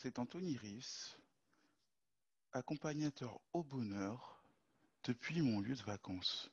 C'est Anthony Rives, accompagnateur au bonheur depuis mon lieu de vacances.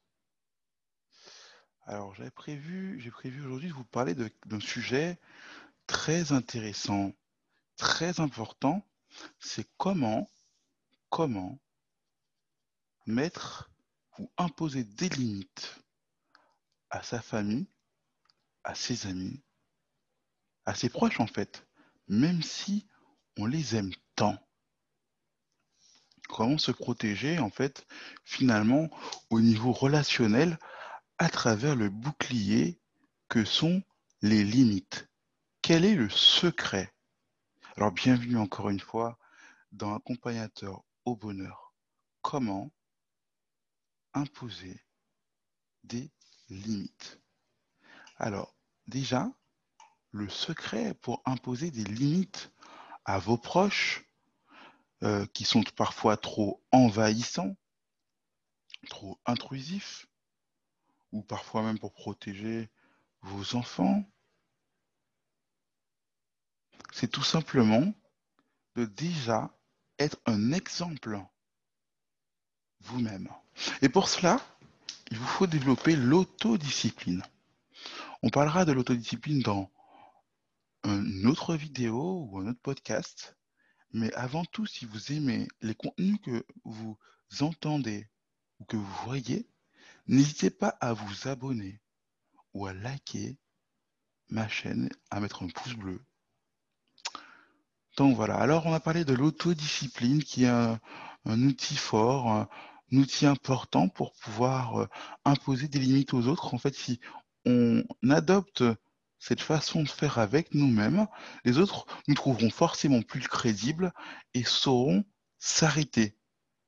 Alors j'ai prévu aujourd'hui de vous parler d'un sujet très intéressant, très important. C'est comment mettre ou imposer des limites à sa famille, à ses amis, à ses proches en fait, même si on les aime tant. Comment se protéger en fait finalement au niveau relationnel à travers le bouclier que sont les limites. Quel est le secret? Alors bienvenue encore une fois dans Accompagnateur au bonheur. Comment imposer des limites? Alors déjà, le secret pour imposer des limites à vos proches qui sont parfois trop envahissants, trop intrusifs, ou parfois même pour protéger vos enfants, c'est tout simplement de déjà être un exemple vous-même. Et pour cela, il vous faut développer l'autodiscipline. On parlera de l'autodiscipline dans une autre vidéo ou un autre podcast. Mais avant tout, si vous aimez les contenus que vous entendez ou que vous voyez, n'hésitez pas à vous abonner ou à liker ma chaîne, à mettre un pouce bleu. Donc voilà, alors on a parlé de l'autodiscipline qui est un outil fort, un outil important pour pouvoir imposer des limites aux autres. En fait, si on adopte cette façon de faire avec nous-mêmes, les autres nous trouveront forcément plus crédibles et sauront s'arrêter,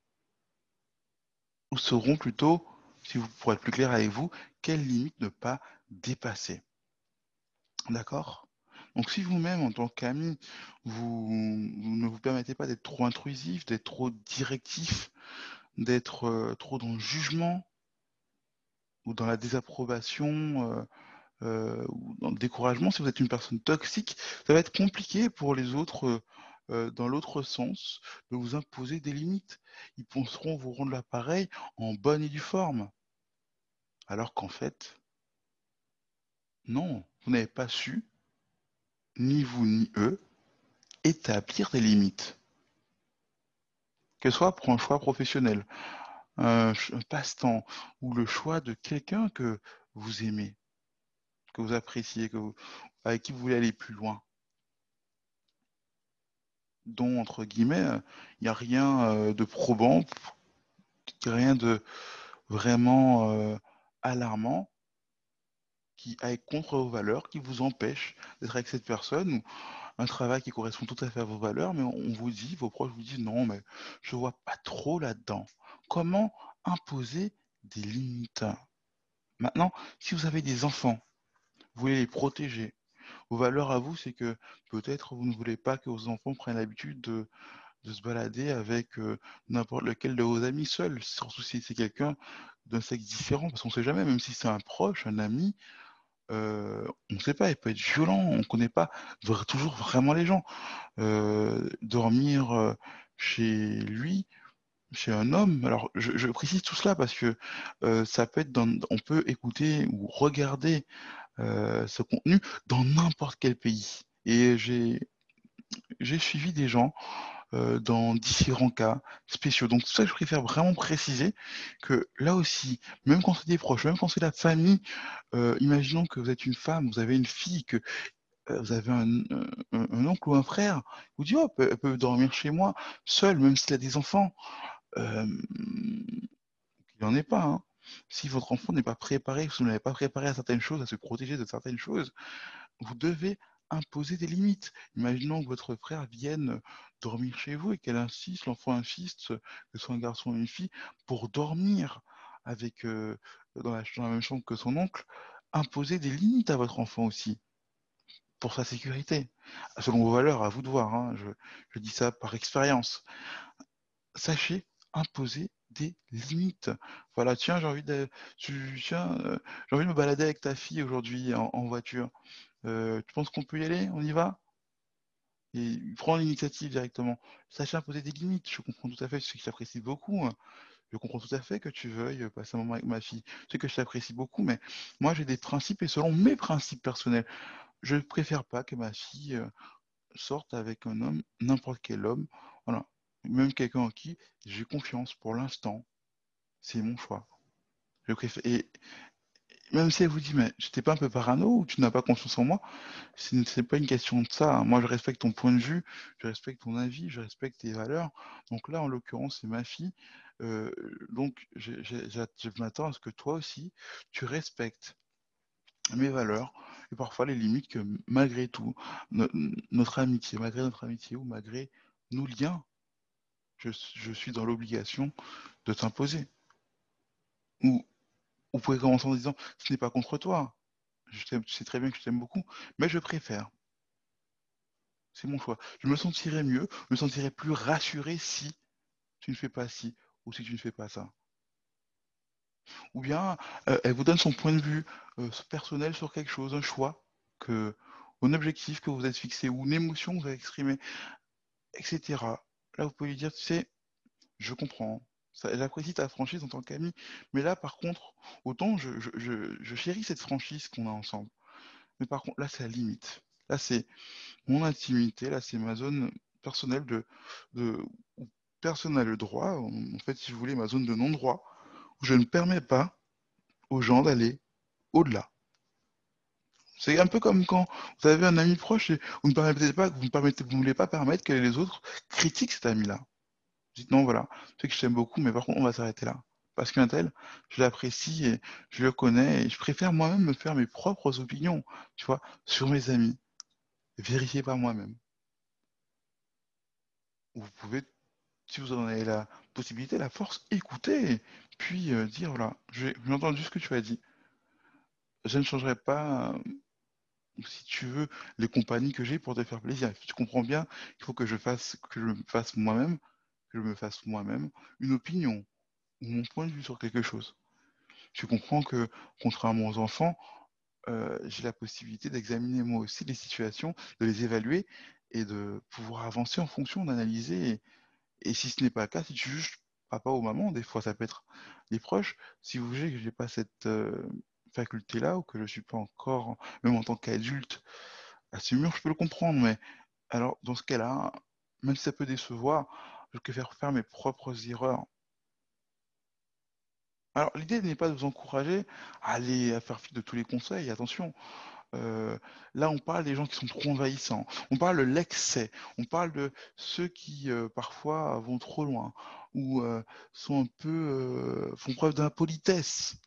ou sauront plutôt, si vous pourrez être plus clair avec vous, quelles limites ne pas dépasser. D'accord? Donc si vous-même, en tant qu'ami, vous ne vous permettez pas d'être trop intrusif, d'être trop directif, d'être trop dans le jugement ou dans la désapprobation ou dans le découragement, si vous êtes une personne toxique, ça va être compliqué pour les autres, dans l'autre sens, de vous imposer des limites. Ils penseront vous rendre l'appareil en bonne et due forme. Alors qu'en fait, non, vous n'avez pas su, ni vous ni eux, établir des limites. Que ce soit pour un choix professionnel, un passe-temps, ou le choix de quelqu'un que vous aimez, que vous appréciez, avec qui vous voulez aller plus loin, dont, entre guillemets, il n'y a rien de probant, rien de vraiment alarmant qui aille contre vos valeurs, qui vous empêche d'être avec cette personne, ou un travail qui correspond tout à fait à vos valeurs, mais on vous dit, vos proches vous disent non, mais je ne vois pas trop là-dedans. Comment imposer des limites? Maintenant, si vous avez des enfants, vous voulez les protéger. Vos valeurs à vous, c'est que peut-être vous ne voulez pas que vos enfants prennent l'habitude de se balader avec n'importe lequel de vos amis seuls, surtout si c'est quelqu'un d'un sexe différent, parce qu'on ne sait jamais, même si c'est un proche, un ami, on ne sait pas, il peut être violent, on ne connaît pas toujours vraiment les gens. Dormir chez lui, chez un homme, alors je précise tout cela parce que ça peut être on peut écouter ou regarder ce contenu dans n'importe quel pays. Et j'ai suivi des gens dans différents cas spéciaux. Donc, c'est ça que je préfère vraiment préciser que là aussi, même quand c'est des proches, même quand c'est la famille, imaginons que vous êtes une femme, vous avez une fille, que vous avez un oncle ou un frère, vous dites, oh, elle peut dormir chez moi, seule, même s'il a des enfants. Il n'en est pas, hein. Si votre enfant n'est pas préparé, si vous ne l'avez pas préparé à certaines choses, à se protéger de certaines choses, vous devez imposer des limites. Imaginons que votre frère vienne dormir chez vous et qu'elle insiste, l'enfant insiste, que ce soit un garçon ou une fille, pour dormir avec, dans la même chambre que son oncle. Imposez des limites à votre enfant aussi, pour sa sécurité. Selon vos valeurs, à vous de voir, hein, je dis ça par expérience. Sachez imposer des limites. Voilà, tiens, tiens, j'ai envie de me balader avec ta fille aujourd'hui en voiture. Tu penses qu'on peut y aller? On y va? Et prends l'initiative directement. Sache imposer des limites. Je comprends tout à fait, je sais que je t'apprécie beaucoup, hein. Je comprends tout à fait que tu veuilles passer un moment avec ma fille. Je sais que je t'apprécie beaucoup, mais moi j'ai des principes et selon mes principes personnels, je ne préfère pas que ma fille sorte avec un homme, n'importe quel homme, voilà. Même quelqu'un en qui j'ai confiance pour l'instant. C'est mon choix. Je préfère. Et même si elle vous dit, mais j'étais pas un peu parano ou tu n'as pas confiance en moi, c'est pas une question de ça, hein. Moi, je respecte ton point de vue, je respecte ton avis, je respecte tes valeurs. Donc là, en l'occurrence, c'est ma fille. Euh, donc, je m'attends à ce que toi aussi, tu respectes mes valeurs et parfois les limites que malgré tout, no- malgré notre amitié ou malgré nos liens, je suis dans l'obligation de t'imposer. Ou vous pouvez commencer en disant, ce n'est pas contre toi. Tu sais très bien que je t'aime beaucoup, mais je préfère. C'est mon choix. Je me sentirais mieux, je me sentirais plus rassuré si tu ne fais pas ci ou si tu ne fais pas ça. Ou bien elle vous donne son point de vue personnel sur quelque chose, un choix, un objectif que vous êtes fixé ou une émotion que vous avez exprimée, etc. Là, vous pouvez lui dire, tu sais, je comprends. J'apprécie ta franchise en tant qu'ami, mais là, par contre, autant je chéris cette franchise qu'on a ensemble. Mais par contre, là, c'est la limite. Là, c'est mon intimité, là, c'est ma zone personnelle de où personne n'a le droit, en fait, si vous voulez, ma zone de non-droit, où je ne permets pas aux gens d'aller au-delà. C'est un peu comme quand vous avez un ami proche et vous ne voulez pas permettre que les autres critiquent cet ami-là. Vous dites non, voilà, c'est que je t'aime beaucoup, mais par contre, on va s'arrêter là. Parce qu'un tel, je l'apprécie et je le connais et je préfère moi-même me faire mes propres opinions, tu vois, sur mes amis, vérifier par moi-même. Vous pouvez, si vous en avez la possibilité, la force, écouter, puis dire, voilà, j'ai entendu ce que tu as dit. Je ne changerai pas, si tu veux, les compagnies que j'ai pour te faire plaisir. Tu comprends bien qu'il faut que je me fasse moi-même, que je me fasse moi-même une opinion ou mon point de vue sur quelque chose. Tu comprends que, contrairement aux enfants, j'ai la possibilité d'examiner moi aussi les situations, de les évaluer et de pouvoir avancer en fonction, d'analyser. Et si ce n'est pas le cas, si tu juges papa ou maman, des fois ça peut être les proches, si vous jugez que j'ai pas cette faculté-là ou que je suis pas encore, même en tant qu'adulte, assez mûr, je peux le comprendre. Mais alors dans ce cas-là, même si ça peut décevoir, je préfère faire mes propres erreurs. Alors l'idée n'est pas de vous encourager à aller à faire fi de tous les conseils, attention. Euh, Là, on parle des gens qui sont trop envahissants. On parle de l'excès. On parle de ceux qui, parfois, vont trop loin ou sont un peu, font preuve d'impolitesse.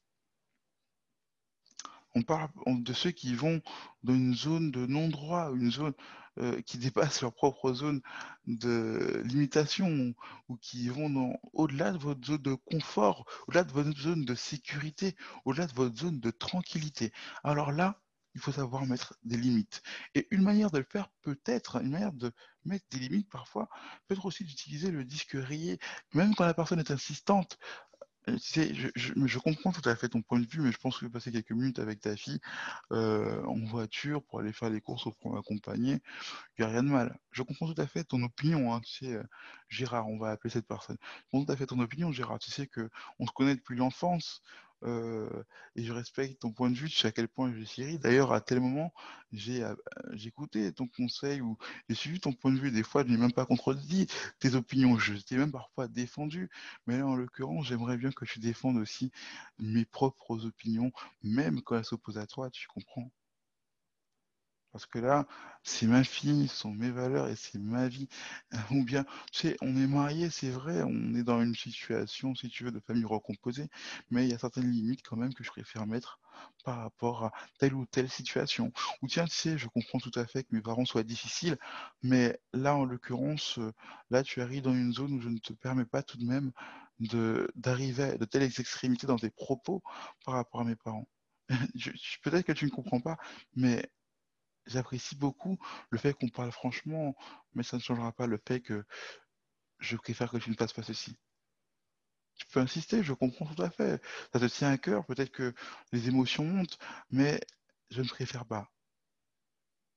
On parle de ceux qui vont dans une zone de non-droit, une zone qui dépasse leur propre zone de limitation ou qui vont au-delà de votre zone de confort, au-delà de votre zone de sécurité, au-delà de votre zone de tranquillité. Alors là, il faut savoir mettre des limites. Et une manière de le faire peut-être, une manière de mettre des limites parfois, peut-être aussi d'utiliser le disque rayé, même quand la personne est insistante. Tu sais, je comprends tout à fait ton point de vue, mais je pense que passer quelques minutes avec ta fille en voiture pour aller faire les courses ou pour m'accompagner, il n'y a rien de mal. Je comprends tout à fait ton opinion, hein, tu sais, Gérard, on va appeler cette personne. Je comprends tout à fait ton opinion, Gérard. Tu sais que on se connaît depuis l'enfance euh, et je respecte ton point de vue, tu sais à quel point je chéris. D'ailleurs, à tel moment, j'ai écouté ton conseil ou j'ai suivi ton point de vue. Des fois, je n'ai même pas contredit tes opinions, je t'ai même parfois défendu. Mais là, en l'occurrence, j'aimerais bien que tu défendes aussi mes propres opinions, même quand elles s'opposent à toi, tu comprends? Parce que là, c'est ma fille, ce sont mes valeurs et c'est ma vie. Ou bien, tu sais, on est marié, c'est vrai, on est dans une situation, si tu veux, de famille recomposée, mais il y a certaines limites quand même que je préfère mettre par rapport à telle ou telle situation. Ou tiens, tu sais, je comprends tout à fait que mes parents soient difficiles, mais là, en l'occurrence, là, tu arrives dans une zone où je ne te permets pas tout de même d'arriver à de telles extrémités dans tes propos par rapport à mes parents. Peut-être que tu ne comprends pas, mais j'apprécie beaucoup le fait qu'on parle franchement, mais ça ne changera pas le fait que je préfère que tu ne fasses pas ceci. Tu peux insister, je comprends tout à fait. Ça te tient à cœur, peut-être que les émotions montent, mais je ne préfère pas.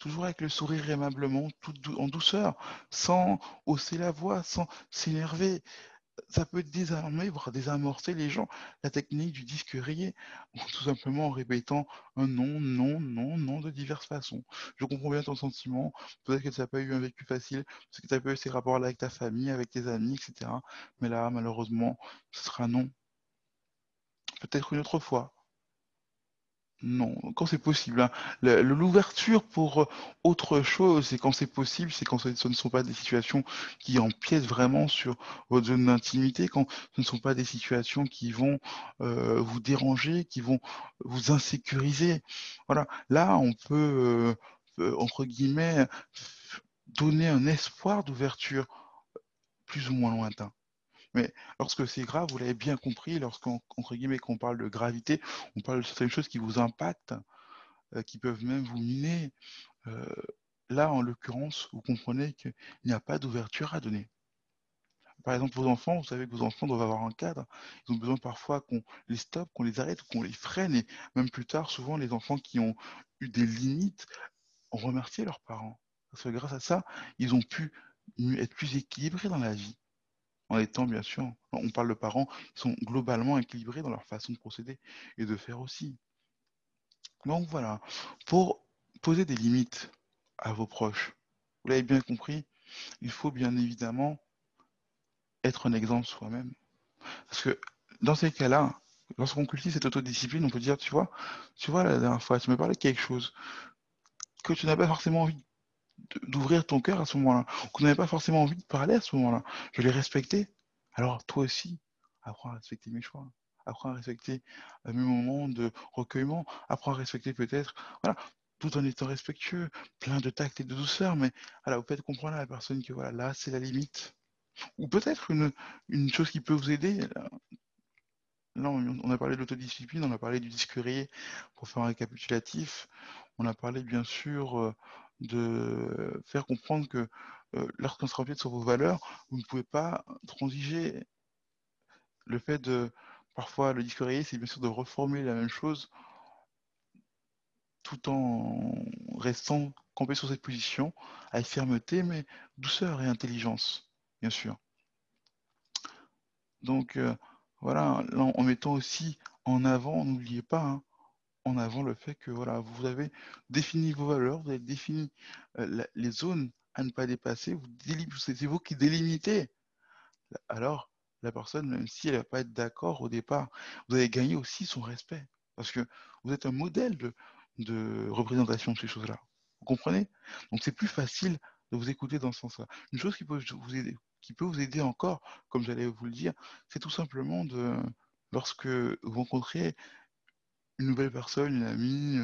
toujours avec le sourire aimablement, en douceur, sans hausser la voix, sans s'énerver. Ça peut désarmer, voire désamorcer les gens. La technique du disque rayé, ou tout simplement en répétant un non, non, non, non de diverses façons. Je comprends bien ton sentiment, peut-être que tu n'as pas eu un vécu facile, parce que tu n'as pas eu ces rapports-là avec ta famille, avec tes amis, etc. Mais là, malheureusement, ce sera non. Peut-être une autre fois. Non, quand c'est possible, hein. L'ouverture pour autre chose, et quand c'est possible, c'est quand ce ne sont pas des situations qui empiètent vraiment sur votre zone d'intimité, quand ce ne sont pas des situations qui vont vous déranger, qui vont vous insécuriser. Voilà, là, on peut, entre guillemets, donner un espoir d'ouverture plus ou moins lointain. Mais lorsque c'est grave, vous l'avez bien compris, lorsqu'entre guillemets, qu'on parle de gravité, on parle de certaines choses qui vous impactent, qui peuvent même vous miner. Euh, Là, en l'occurrence, vous comprenez qu'il n'y a pas d'ouverture à donner. Par exemple, vos enfants, vous savez que vos enfants doivent avoir un cadre. Ils ont besoin parfois qu'on les stoppe, qu'on les arrête, qu'on les freine. Et même plus tard, souvent, les enfants qui ont eu des limites ont remercié leurs parents. Parce que grâce à ça, ils ont pu être plus équilibrés dans la vie. En étant, bien sûr, on parle de parents, ils sont globalement équilibrés dans leur façon de procéder et de faire aussi. Donc voilà, pour poser des limites à vos proches, vous l'avez bien compris, il faut bien évidemment être un exemple soi-même. Parce que dans ces cas-là, lorsqu'on cultive cette autodiscipline, on peut dire, tu vois, la dernière fois, tu me parlais de quelque chose que tu n'as pas forcément envie d'ouvrir ton cœur à ce moment-là, ou que tu n'avais pas forcément envie de parler à ce moment-là. Je l'ai respecté. Alors toi aussi, apprends à respecter mes choix. Apprends à respecter mes moments de recueillement. Apprends à respecter peut-être, voilà, tout en étant respectueux, plein de tact et de douceur, mais voilà, vous faites comprendre à la personne que voilà, là, c'est la limite. Ou peut-être une chose qui peut vous aider. Là, on a parlé de l'autodiscipline, on a parlé du disque rayé pour faire un récapitulatif. On a parlé bien sûr de faire comprendre que lorsqu'on se remplit sur vos valeurs, vous ne pouvez pas transiger. Le fait de, parfois, le disque rayé, c'est bien sûr de reformuler la même chose tout en restant campé sur cette position, avec fermeté, mais douceur et intelligence, bien sûr. Donc, voilà, là, en mettant aussi en avant, n'oubliez pas, hein, en avant le fait que voilà, vous avez défini vos valeurs, vous avez défini les zones à ne pas dépasser, c'est vous qui délimitez. Alors, la personne, même si elle ne va pas être d'accord au départ, vous avez gagné aussi son respect. Parce que vous êtes un modèle de représentation de ces choses-là. Vous comprenez? Donc c'est plus facile de vous écouter dans ce sens-là. Une chose qui peut vous aider encore, comme j'allais vous le dire, c'est tout simplement lorsque vous rencontrez une nouvelle personne, une amie,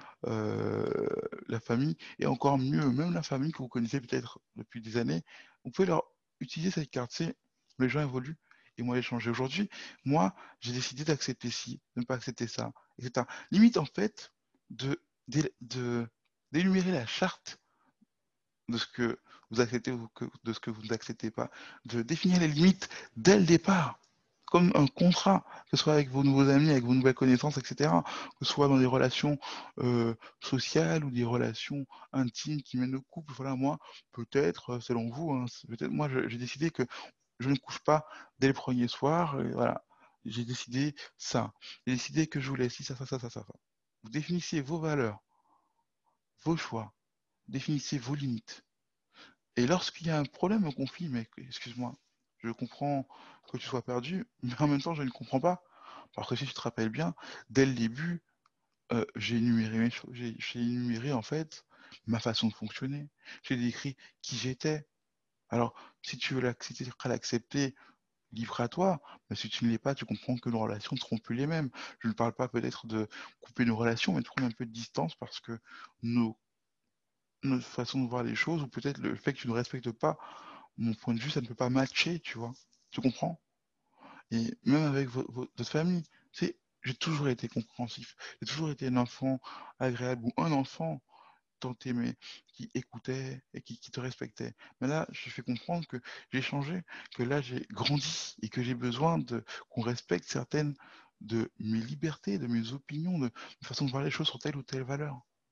la famille, et encore mieux, même la famille que vous connaissez peut-être depuis des années, vous pouvez leur utiliser cette carte. C'est les gens évoluent et moi j'ai changé. Aujourd'hui, moi, j'ai décidé d'accepter ci, de ne pas accepter ça, etc. Limite, en fait, de d'énumérer la charte de ce que vous acceptez ou de ce que vous n'acceptez pas, de définir les limites dès le départ, comme un contrat, que ce soit avec vos nouveaux amis, avec vos nouvelles connaissances, etc., que ce soit dans des relations sociales ou des relations intimes qui mènent au couple. Voilà, moi, peut-être, selon vous, hein, peut-être moi, j'ai décidé que je ne couche pas dès le premier soir, et voilà, j'ai décidé ça. J'ai décidé que je voulais ci, ça. Vous définissez vos valeurs, vos choix, définissez vos limites. Et lorsqu'il y a un problème, un conflit, mais excuse-moi, je comprends que tu sois perdu, mais en même temps, je ne comprends pas. Parce que si tu te rappelles bien, dès le début, j'ai énuméré j'ai énuméré en fait ma façon de fonctionner. J'ai décrit qui j'étais. Alors, si tu veux si tu es prêt à l'accepter, libre à toi. Mais si tu ne l'es pas, tu comprends que nos relations ne seront plus les mêmes. Je ne parle pas peut-être de couper nos relations, mais de prendre un peu de distance parce que nos, notre façon de voir les choses, ou peut-être le fait que tu ne respectes pas mon point de vue, ça ne peut pas matcher, tu vois. Tu comprends? Et même avec votre famille, j'ai toujours été compréhensif. J'ai toujours été un enfant agréable ou un enfant tant aimé qui écoutait et qui te respectait. Mais là, je fais comprendre que j'ai changé, que là, j'ai grandi et que j'ai besoin qu'on respecte certaines de mes libertés, de mes opinions, de ma façon de voir les choses sur telle ou telle valeur.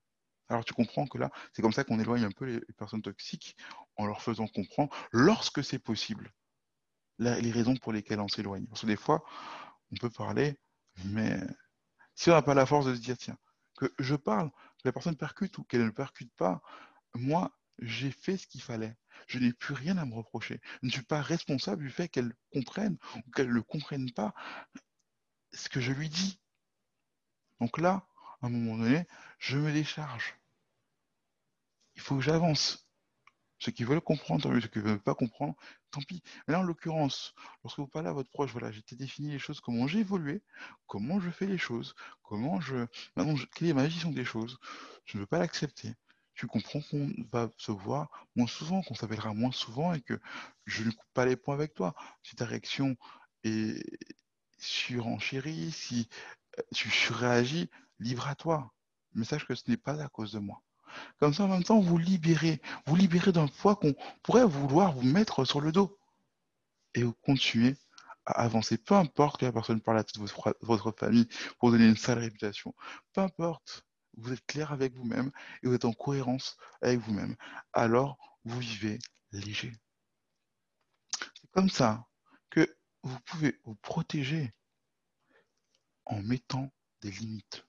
Alors tu comprends que là, c'est comme ça qu'on éloigne un peu les personnes toxiques en leur faisant comprendre, lorsque c'est possible, les raisons pour lesquelles on s'éloigne. Parce que des fois, on peut parler, mais si on n'a pas la force de se dire, tiens, que je parle, que la personne percute ou qu'elle ne percute pas, moi, j'ai fait ce qu'il fallait. Je n'ai plus rien à me reprocher. Je ne suis pas responsable du fait qu'elle comprenne ou qu'elle ne comprenne pas ce que je lui dis. Donc là, à un moment donné, je me décharge. Il faut que j'avance. Ceux qui veulent comprendre, tant mieux. Ceux qui ne veulent pas comprendre, tant pis. Mais là, en l'occurrence, lorsque vous parlez à votre proche, voilà, j'ai défini les choses, comment j'ai évolué, comment je fais les choses, comment je. Maintenant, quelle est ma vision des choses. Je ne veux pas l'accepter. Tu comprends qu'on va se voir moins souvent, qu'on s'appellera moins souvent et que je ne coupe pas les points avec toi. Si ta réaction est surenchérie, si tu surréagis, libre à toi. Mais sache que ce n'est pas à cause de moi. Comme ça, en même temps, vous libérez d'un poids qu'on pourrait vouloir vous mettre sur le dos. Et vous continuez à avancer. Peu importe que la personne parle à toute votre famille pour donner une sale réputation. Peu importe. Vous êtes clair avec vous-même et vous êtes en cohérence avec vous-même. Alors, vous vivez léger. C'est comme ça que vous pouvez vous protéger en mettant des limites.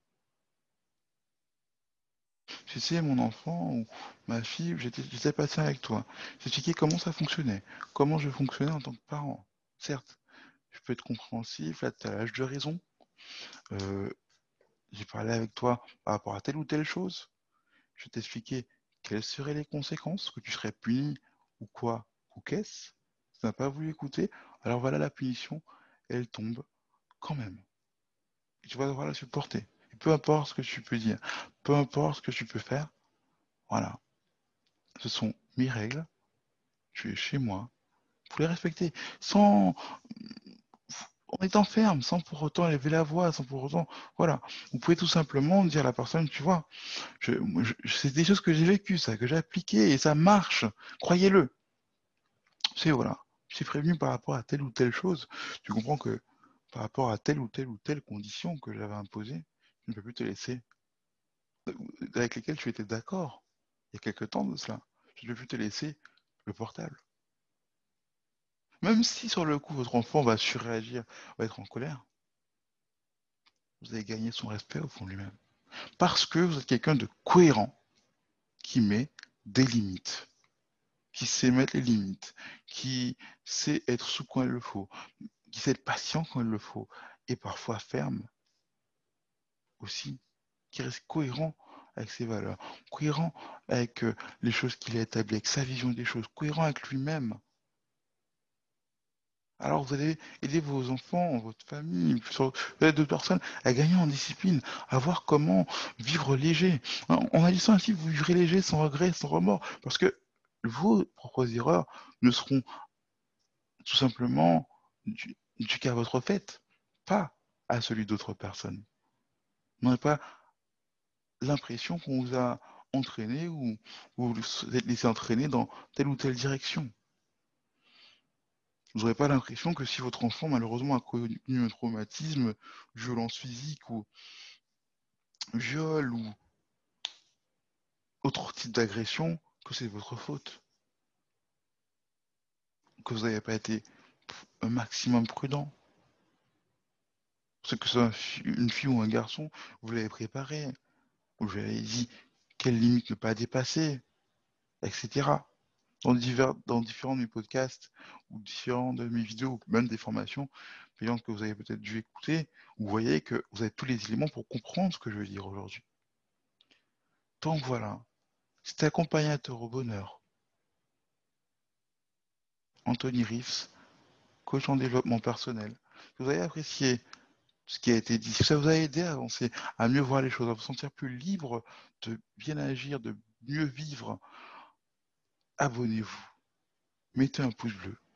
Tu sais, mon enfant ou ma fille, j'étais patient avec toi. J'ai expliqué comment ça fonctionnait, comment je fonctionnais en tant que parent. Certes, je peux être compréhensif, là, tu as l'âge de raison. Euh, j'ai parlé avec toi par rapport à telle ou telle chose. Je t'ai expliqué quelles seraient les conséquences, que tu serais puni ou quoi, ou qu'est-ce. Tu n'as pas voulu écouter, alors voilà la punition, elle tombe quand même. Et tu vas devoir la supporter. Et peu importe ce que tu peux dire, peu importe ce que tu peux faire, voilà. Ce sont mes règles, tu es chez moi, faut les respecter, sans, en étant ferme, sans pour autant élever la voix, sans pour autant, voilà. Vous pouvez tout simplement dire à la personne, tu vois, c'est des choses que j'ai vécues, ça, que j'ai appliquées, et ça marche, croyez-le. C'est voilà, je t'ai prévenu par rapport à telle ou telle chose, tu comprends que par rapport à telle ou telle condition que j'avais imposée, je ne peux plus te laisser, avec lesquelles tu étais d'accord, il y a quelque temps de cela, je ne peux plus te laisser le portable. Même si sur le coup votre enfant va surréagir, va être en colère, vous allez gagner son respect au fond de lui-même. Parce que vous êtes quelqu'un de cohérent qui met des limites, qui sait mettre les limites, qui sait être souple quand il le faut, qui sait être patient quand il le faut, et parfois ferme aussi, qui reste cohérent avec ses valeurs, cohérent avec les choses qu'il a établies, avec sa vision des choses, cohérent avec lui-même. Alors vous allez aider vos enfants, votre famille, d'autres personnes à gagner en discipline, à voir comment vivre léger. En agissant ainsi, vous vivrez léger, sans regret, sans remords, parce que vos propres erreurs ne seront tout simplement du qu'à votre fait, pas à celui d'autres personnes. Vous n'aurez pas l'impression qu'on vous a entraîné ou vous vous êtes laissé entraîner dans telle ou telle direction. Vous n'aurez pas l'impression que si votre enfant malheureusement a connu un traumatisme, violence physique ou viol ou autre type d'agression, que c'est votre faute, que vous n'avez pas été un maximum prudent. Ce que ce soit une fille ou un garçon, vous l'avez préparé, vous lui avez dit quelles limites ne pas dépasser, etc. Dans différents de mes podcasts ou différents de mes vidéos, ou même des formations payantes que vous avez peut-être dû écouter, vous voyez que vous avez tous les éléments pour comprendre ce que je veux dire aujourd'hui. Donc voilà, c'était accompagnateur au bonheur. Anthony Riffs, coach en développement personnel. Si vous avez apprécié ce qui a été dit, si ça vous a aidé à avancer, à mieux voir les choses, à vous sentir plus libre de bien agir, de mieux vivre, abonnez-vous, mettez un pouce bleu.